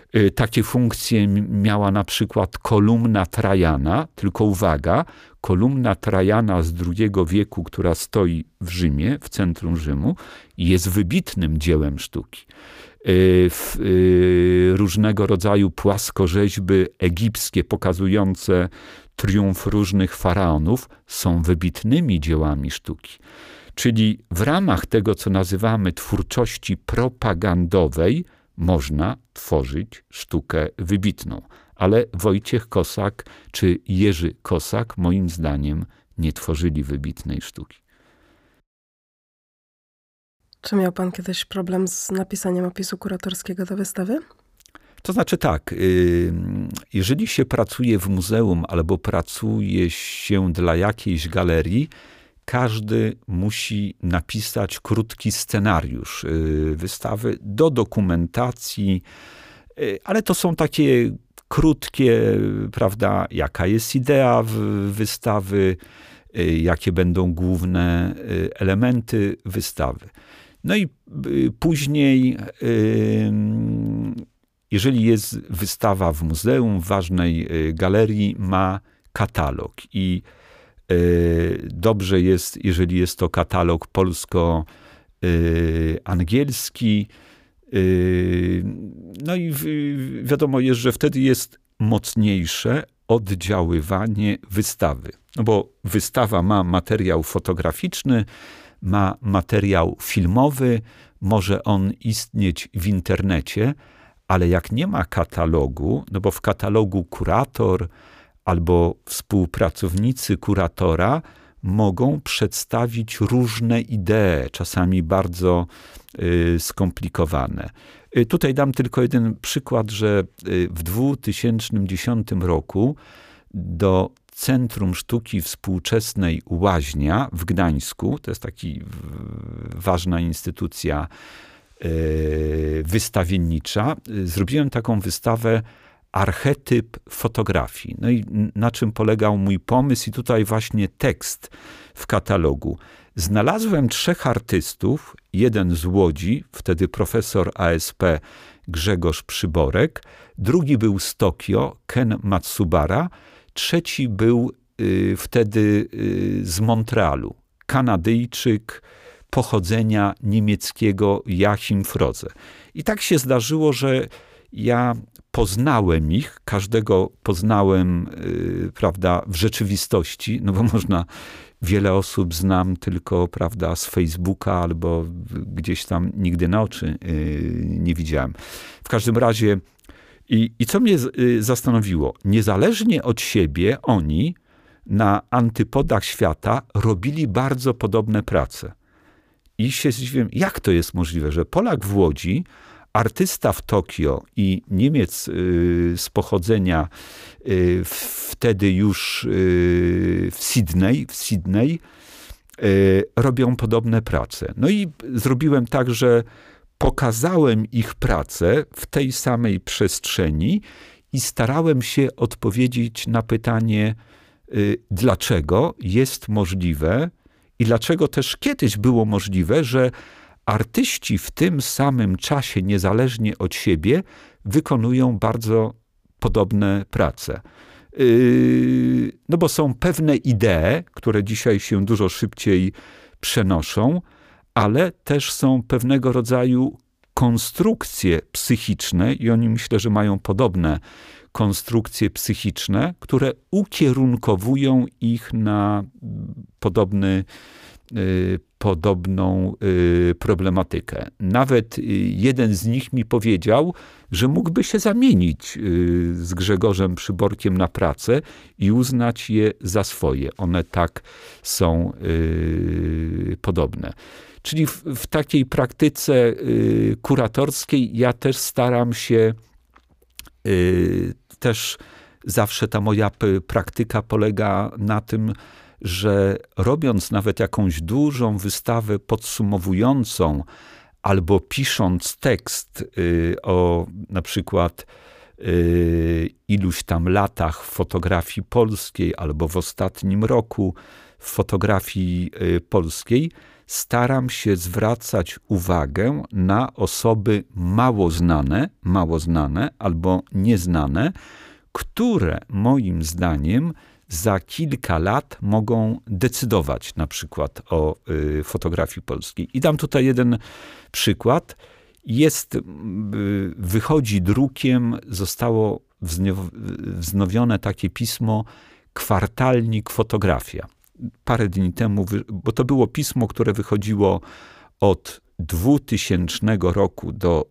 Takie funkcje miała na przykład kolumna Trajana, tylko uwaga, kolumna Trajana z II wieku, która stoi w Rzymie, w centrum Rzymu, jest wybitnym dziełem sztuki. Różnego rodzaju płaskorzeźby egipskie pokazujące triumf różnych faraonów są wybitnymi dziełami sztuki. Czyli w ramach tego, co nazywamy twórczości propagandowej, można tworzyć sztukę wybitną. Ale Wojciech Kosak czy Jerzy Kosak, moim zdaniem, nie tworzyli wybitnej sztuki. Czy miał pan kiedyś problem z napisaniem opisu kuratorskiego do wystawy? To znaczy tak, jeżeli się pracuje w muzeum albo pracuje się dla jakiejś galerii, każdy musi napisać krótki scenariusz wystawy do dokumentacji, ale to są takie krótkie, prawda, jaka jest idea wystawy, jakie będą główne elementy wystawy. No i później, jeżeli jest wystawa w muzeum, w ważnej galerii, ma katalog i dobrze jest, jeżeli jest to katalog polsko-angielski. No i wiadomo jest, że wtedy jest mocniejsze oddziaływanie wystawy. No bo wystawa ma materiał fotograficzny, ma materiał filmowy, może on istnieć w internecie, ale jak nie ma katalogu, no bo w katalogu kurator albo współpracownicy kuratora mogą przedstawić różne idee, czasami bardzo skomplikowane. Tutaj dam tylko jeden przykład, że w 2010 roku do Centrum Sztuki Współczesnej Łaźnia w Gdańsku, to jest taka ważna instytucja wystawiennicza, zrobiłem taką wystawę Archetyp fotografii. No i na czym polegał mój pomysł i tutaj właśnie tekst w katalogu. Znalazłem 3 artystów, jeden z Łodzi, wtedy profesor ASP Grzegorz Przyborek, drugi był z Tokio, Ken Matsubara, trzeci był wtedy z Montrealu, Kanadyjczyk pochodzenia niemieckiego Joachim Froze. I tak się zdarzyło, że ja poznałem ich, każdego poznałem, prawda, w rzeczywistości, no bo można, wiele osób znam tylko, prawda, z Facebooka albo gdzieś tam nigdy na oczy nie widziałem. W każdym razie, i co mnie zastanowiło, niezależnie od siebie oni na antypodach świata robili bardzo podobne prace. I się zdziwiłem, jak to jest możliwe, że Polak w Łodzi, artysta w Tokio i Niemiec z pochodzenia wtedy już w Sydney robią podobne prace. No i zrobiłem tak, że pokazałem ich pracę w tej samej przestrzeni i starałem się odpowiedzieć na pytanie, dlaczego jest możliwe i dlaczego też kiedyś było możliwe, że artyści w tym samym czasie, niezależnie od siebie, wykonują bardzo podobne prace. No bo są pewne idee, które dzisiaj się dużo szybciej przenoszą, ale też są pewnego rodzaju konstrukcje psychiczne i oni myślę, że mają podobne konstrukcje psychiczne, które ukierunkowują ich na podobną problematykę. Nawet jeden z nich mi powiedział, że mógłby się zamienić z Grzegorzem Przyborkiem na pracę i uznać je za swoje. One tak są podobne. Czyli w takiej praktyce kuratorskiej ja też staram się, też zawsze ta moja praktyka polega na tym, że robiąc nawet jakąś dużą wystawę podsumowującą albo pisząc tekst o na przykład iluś tam latach w fotografii polskiej albo w ostatnim roku w fotografii polskiej, staram się zwracać uwagę na osoby mało znane albo nieznane, które moim zdaniem za kilka lat mogą decydować na przykład o fotografii polskiej. I dam tutaj jeden przykład. Wychodzi drukiem, zostało wznowione takie pismo Kwartalnik Fotografia. Parę dni temu, bo to było pismo, które wychodziło od 2000 roku do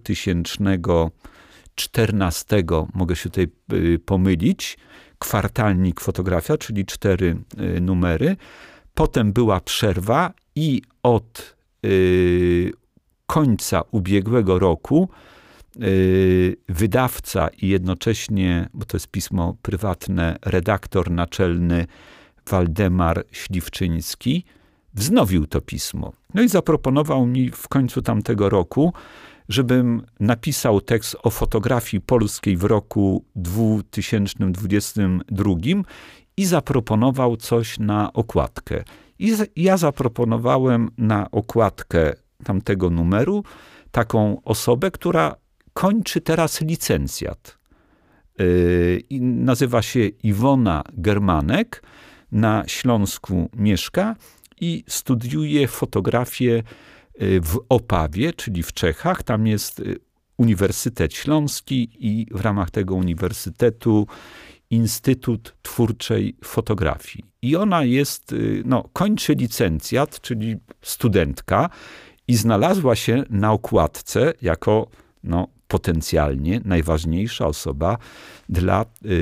2014, mogę się tutaj pomylić, Kwartalnik Fotografia, czyli 4 numery. Potem była przerwa i od końca ubiegłego roku wydawca i jednocześnie, bo to jest pismo prywatne, redaktor naczelny Waldemar Śliwczyński wznowił to pismo. No i zaproponował mi w końcu tamtego roku, żebym napisał tekst o fotografii polskiej w roku 2022 i zaproponował coś na okładkę. I ja zaproponowałem na okładkę tamtego numeru taką osobę, która kończy teraz licencjat. Nazywa się Iwona Germanek, na Śląsku mieszka i studiuje fotografię w Opawie, czyli w Czechach. Tam jest Uniwersytet Śląski i w ramach tego uniwersytetu Instytut Twórczej Fotografii. I ona kończy licencjat, czyli studentka i znalazła się na okładce jako potencjalnie najważniejsza osoba dla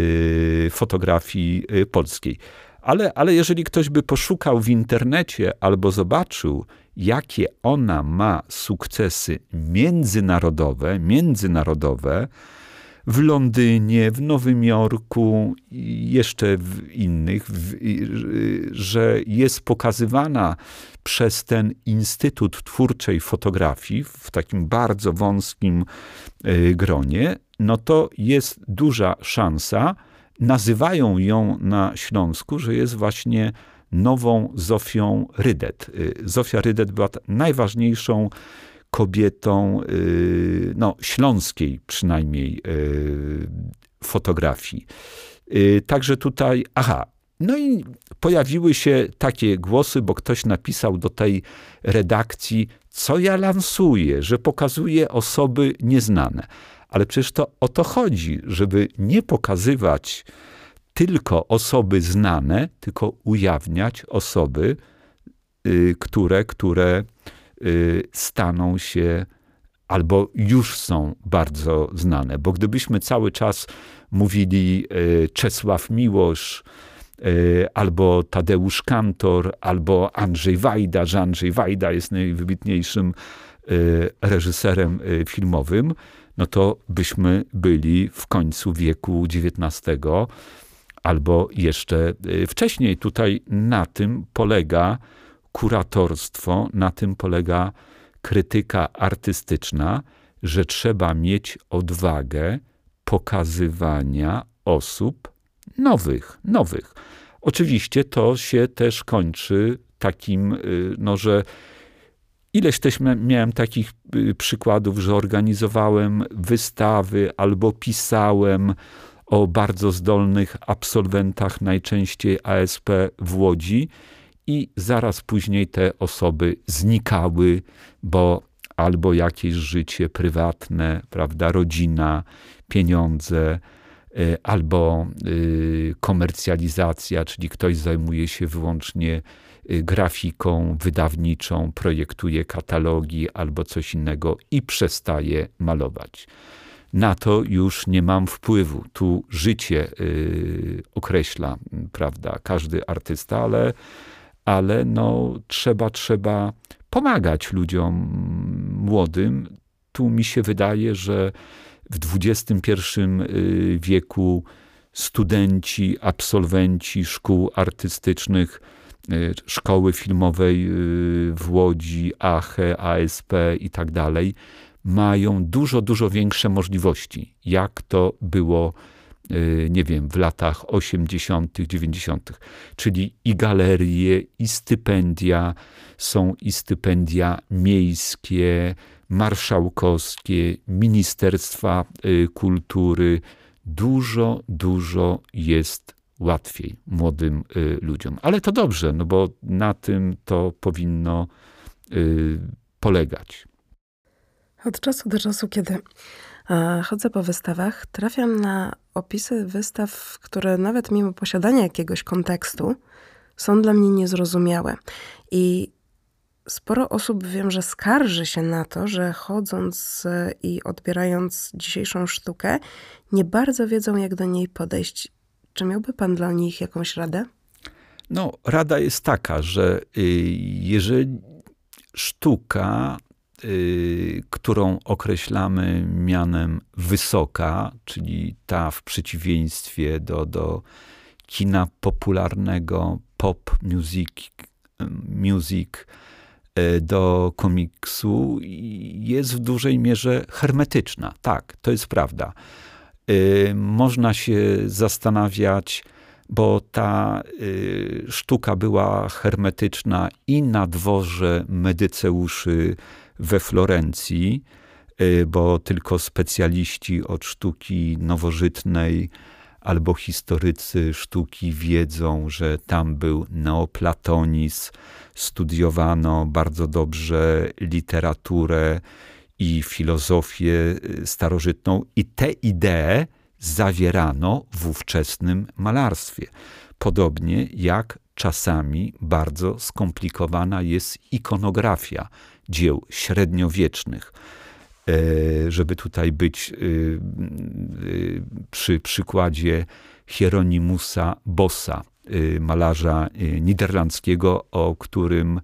fotografii polskiej. Ale jeżeli ktoś by poszukał w internecie albo zobaczył, jakie ona ma sukcesy międzynarodowe w Londynie, w Nowym Jorku i jeszcze w innych, że jest pokazywana przez ten Instytut Twórczej Fotografii w takim bardzo wąskim gronie, no to jest duża szansa. Nazywają ją na Śląsku, że jest właśnie nową Zofią Rydet. Zofia Rydet była najważniejszą kobietą, śląskiej przynajmniej fotografii. Także tutaj, no i pojawiły się takie głosy, bo ktoś napisał do tej redakcji, co ja lansuję, że pokazuję osoby nieznane. Ale przecież to o to chodzi, żeby nie pokazywać tylko osoby znane, tylko ujawniać osoby, które staną się albo już są bardzo znane. Bo gdybyśmy cały czas mówili Czesław Miłosz, albo Tadeusz Kantor, albo Andrzej Wajda, że Andrzej Wajda jest najwybitniejszym reżyserem filmowym, no to byśmy byli w końcu wieku XIX albo jeszcze wcześniej. Tutaj na tym polega kuratorstwo, na tym polega krytyka artystyczna, że trzeba mieć odwagę pokazywania osób nowych. Oczywiście to się też kończy takim, że ileś też miałem takich przykładów, że organizowałem wystawy albo pisałem o bardzo zdolnych absolwentach, najczęściej ASP w Łodzi i zaraz później te osoby znikały, bo albo jakieś życie prywatne, prawda, rodzina, pieniądze, albo komercjalizacja, czyli ktoś zajmuje się wyłącznie grafiką wydawniczą, projektuje katalogi albo coś innego i przestaje malować. Na to już nie mam wpływu. Tu życie określa, prawda, każdy artysta, ale trzeba pomagać ludziom młodym. Tu mi się wydaje, że w XXI wieku studenci, absolwenci szkół artystycznych, szkoły filmowej w Łodzi, AHE, ASP i tak dalej, mają dużo większe możliwości, jak to było nie wiem, w latach 80., 90., czyli i galerie, i stypendia, są i stypendia miejskie, marszałkowskie, Ministerstwa Kultury. Dużo jest łatwiej młodym ludziom. Ale to dobrze, no bo na tym to powinno polegać. Od czasu do czasu, kiedy chodzę po wystawach, trafiam na opisy wystaw, które nawet mimo posiadania jakiegoś kontekstu są dla mnie niezrozumiałe. I sporo osób wiem, że skarży się na to, że chodząc i odbierając dzisiejszą sztukę, nie bardzo wiedzą, jak do niej podejść. Czy miałby pan dla nich jakąś radę? No, rada jest taka, że jeżeli sztuka, którą określamy mianem wysoka, czyli ta w przeciwieństwie do kina popularnego, pop music, do komiksu, jest w dużej mierze hermetyczna. Tak, to jest prawda. Można się zastanawiać, bo ta sztuka była hermetyczna i na dworze Medyceuszy we Florencji, bo tylko specjaliści od sztuki nowożytnej albo historycy sztuki wiedzą, że tam był neoplatonizm, studiowano bardzo dobrze literaturę i filozofię starożytną i te idee zawierano w ówczesnym malarstwie. Podobnie jak czasami bardzo skomplikowana jest ikonografia dzieł średniowiecznych. Żeby tutaj być przy przykładzie Hieronimusa Bossa, malarza niderlandzkiego, o którym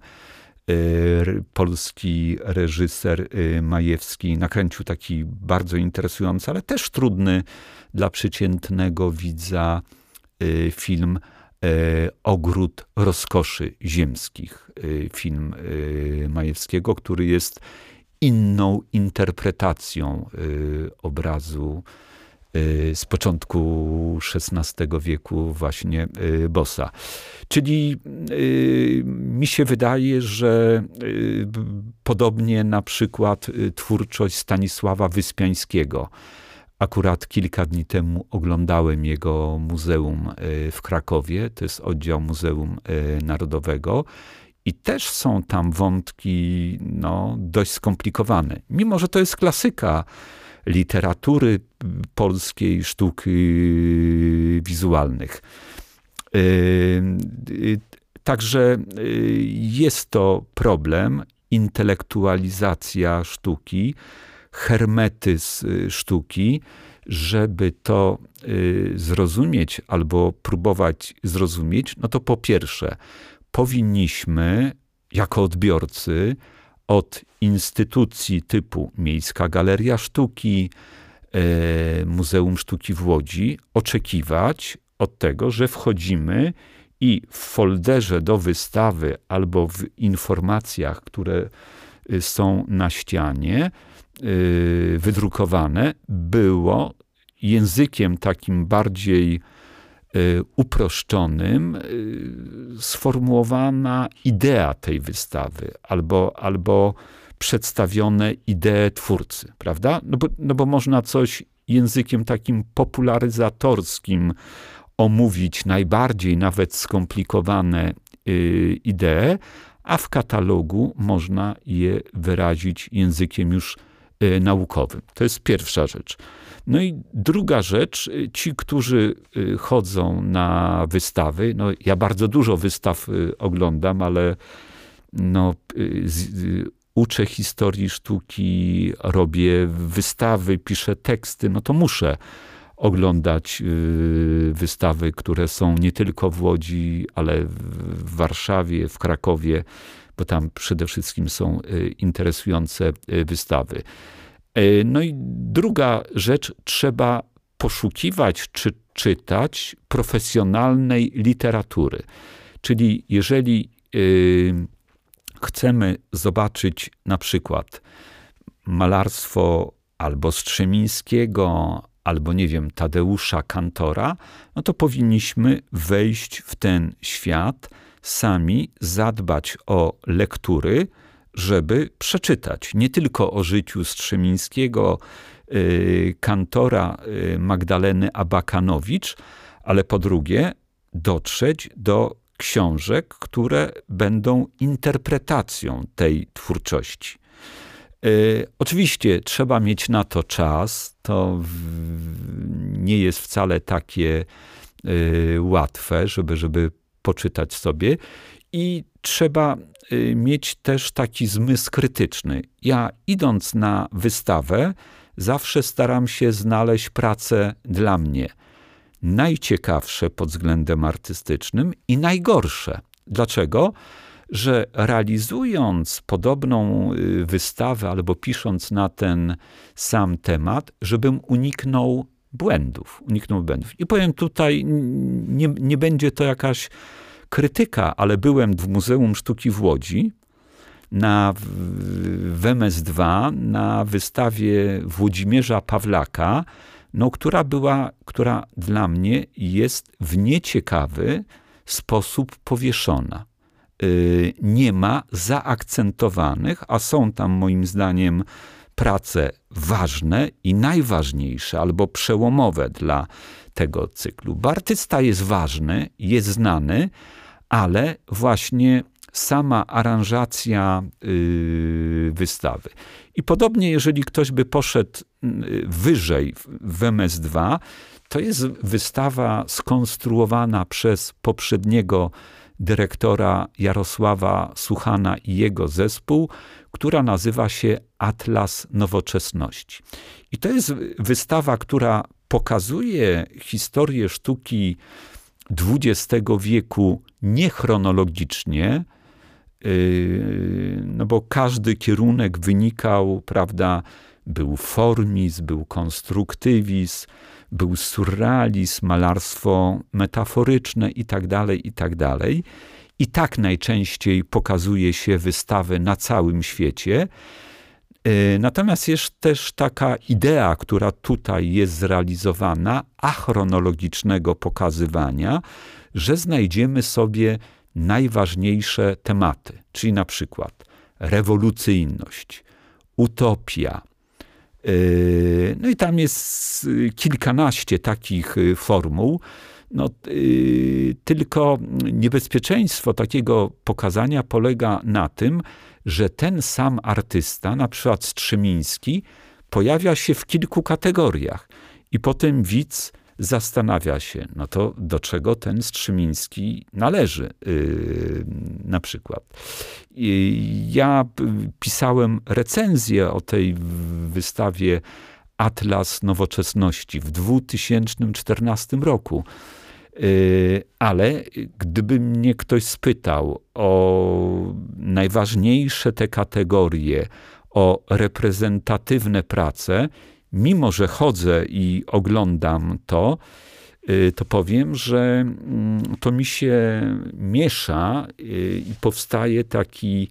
polski reżyser Majewski nakręcił taki bardzo interesujący, ale też trudny dla przeciętnego widza film Ogród rozkoszy ziemskich. Film Majewskiego, który jest inną interpretacją obrazu z początku XVI wieku właśnie Bossa. Czyli mi się wydaje, że podobnie na przykład twórczość Stanisława Wyspiańskiego. Akurat kilka dni temu oglądałem jego muzeum w Krakowie, to jest oddział Muzeum Narodowego. I też są tam wątki dość skomplikowane. Mimo że to jest klasyka literatury polskiej, sztuk wizualnych. Także jest to problem, intelektualizacja sztuki, hermetyzm sztuki. Żeby to zrozumieć albo próbować zrozumieć, no to po pierwsze powinniśmy jako odbiorcy od instytucji typu Miejska Galeria Sztuki, Muzeum Sztuki w Łodzi oczekiwać od tego, że wchodzimy i w folderze do wystawy albo w informacjach, które są na ścianie wydrukowane, było językiem takim bardziej uproszczonym sformułowana idea tej wystawy albo przedstawione idee twórcy, prawda? No bo można coś językiem takim popularyzatorskim omówić najbardziej nawet skomplikowane idee, a w katalogu można je wyrazić językiem już naukowym. To jest pierwsza rzecz. No i druga rzecz, ci, którzy chodzą na wystawy, ja bardzo dużo wystaw oglądam, ale uczę historii sztuki, robię wystawy, piszę teksty, to muszę oglądać wystawy, które są nie tylko w Łodzi, ale w Warszawie, w Krakowie, bo tam przede wszystkim są interesujące wystawy. No i druga rzecz, trzeba poszukiwać czy czytać profesjonalnej literatury. Czyli jeżeli chcemy zobaczyć na przykład malarstwo albo Strzemińskiego, albo nie wiem, Tadeusza Kantora, no to powinniśmy wejść w ten świat, sami zadbać o lektury, żeby przeczytać nie tylko o życiu Strzemińskiego, Kantora, Magdaleny Abakanowicz, ale po drugie dotrzeć do książek, które będą interpretacją tej twórczości. Oczywiście trzeba mieć na to czas, to nie jest wcale takie łatwe, żeby poczytać sobie i trzeba mieć też taki zmysł krytyczny. Ja idąc na wystawę zawsze staram się znaleźć pracę dla mnie najciekawsze pod względem artystycznym i najgorsze. Dlaczego? Że realizując podobną wystawę albo pisząc na ten sam temat, żebym uniknął błędów. I powiem tutaj, nie będzie to jakaś krytyka, ale byłem w Muzeum Sztuki w Łodzi w MS2 na wystawie Włodzimierza Pawlaka, która dla mnie jest w nieciekawy sposób powieszona. Nie ma zaakcentowanych, a są tam moim zdaniem prace ważne i najważniejsze albo przełomowe dla tego cyklu. Bo artysta jest ważny, jest znany, ale właśnie sama aranżacja wystawy. I podobnie, jeżeli ktoś by poszedł wyżej w MS2, to jest wystawa skonstruowana przez poprzedniego dyrektora Jarosława Suchana i jego zespół, która nazywa się Atlas Nowoczesności. I to jest wystawa, która pokazuje historię sztuki XX wieku niechronologicznie, no bo każdy kierunek wynikał, prawda, był formizm, był konstruktywizm, był surrealizm, malarstwo metaforyczne itd. I tak najczęściej pokazuje się wystawy na całym świecie. Natomiast jest też taka idea, która tutaj jest zrealizowana, achronologicznego pokazywania, że znajdziemy sobie najważniejsze tematy, czyli na przykład rewolucyjność, utopia. No i tam jest kilkanaście takich formuł. No, tylko niebezpieczeństwo takiego pokazania polega na tym, że ten sam artysta, na przykład Strzemiński, pojawia się w kilku kategoriach i potem widz zastanawia się, no to do czego ten Strzemiński należy na przykład. Ja pisałem recenzję o tej wystawie Atlas Nowoczesności w 2014 roku. Ale gdyby mnie ktoś spytał o najważniejsze te kategorie, o reprezentatywne prace, mimo że chodzę i oglądam to powiem, że to mi się miesza i powstaje taki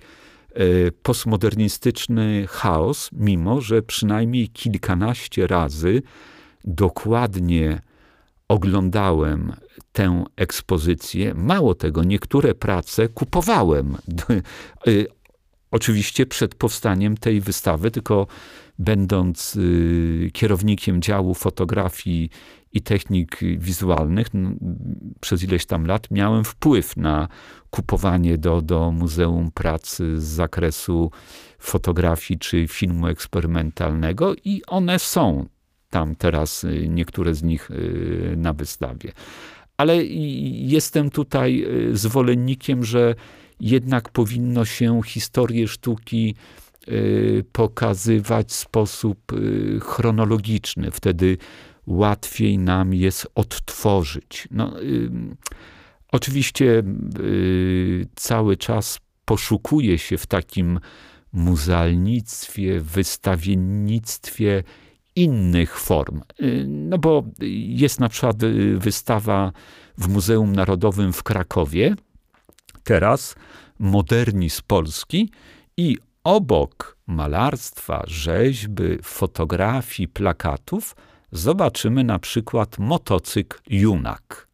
postmodernistyczny chaos, mimo że przynajmniej kilkanaście razy dokładnie oglądałem tę ekspozycję. Mało tego, niektóre prace kupowałem. Oczywiście przed powstaniem tej wystawy, tylko będąc kierownikiem działu fotografii i technik wizualnych, przez ileś tam lat miałem wpływ na kupowanie do Muzeum Prac z zakresu fotografii czy filmu eksperymentalnego i one są tam teraz, niektóre z nich na wystawie. Ale jestem tutaj zwolennikiem, że jednak powinno się historię sztuki pokazywać w sposób chronologiczny. Wtedy łatwiej nam jest odtworzyć. No, oczywiście cały czas poszukuje się w takim muzealnictwie, wystawiennictwie innych form. No bo jest na przykład wystawa w Muzeum Narodowym w Krakowie, teraz modernizm polski i obok malarstwa, rzeźby, fotografii, plakatów zobaczymy na przykład motocykl Junak.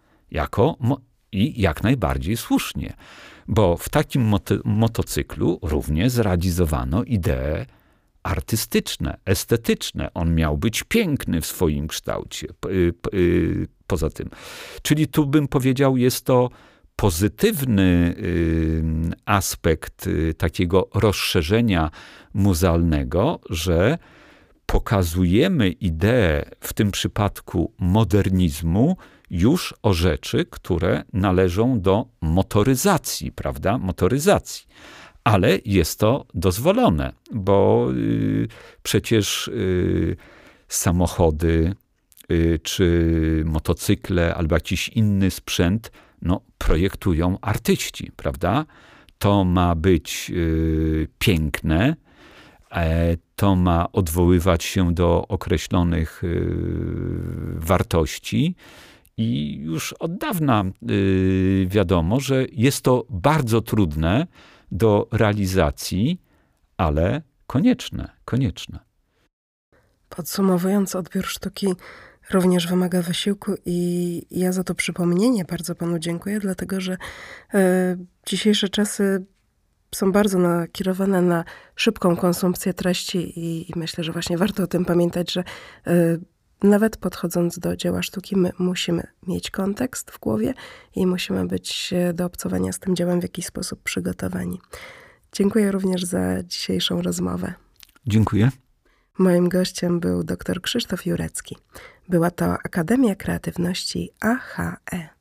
I jak najbardziej słusznie, bo w takim motocyklu również zrealizowano idee artystyczne, estetyczne. On miał być piękny w swoim kształcie. Poza tym. Czyli tu bym powiedział, jest to pozytywny aspekt takiego rozszerzenia muzealnego, że pokazujemy ideę, w tym przypadku modernizmu, już o rzeczy, które należą do motoryzacji, prawda? Motoryzacji. Ale jest to dozwolone, bo przecież samochody, czy motocykle, albo jakiś inny sprzęt, projektują artyści, prawda? To ma być piękne, to ma odwoływać się do określonych wartości i już od dawna wiadomo, że jest to bardzo trudne do realizacji, ale konieczne. Podsumowując, odbiór sztuki również wymaga wysiłku i ja za to przypomnienie bardzo panu dziękuję, dlatego że dzisiejsze czasy są bardzo nakierowane na szybką konsumpcję treści i myślę, że właśnie warto o tym pamiętać, że nawet podchodząc do dzieła sztuki, my musimy mieć kontekst w głowie i musimy być do obcowania z tym dziełem w jakiś sposób przygotowani. Dziękuję również za dzisiejszą rozmowę. Dziękuję. Moim gościem był dr Krzysztof Jurecki. Była to Akademia Kreatywności AHE.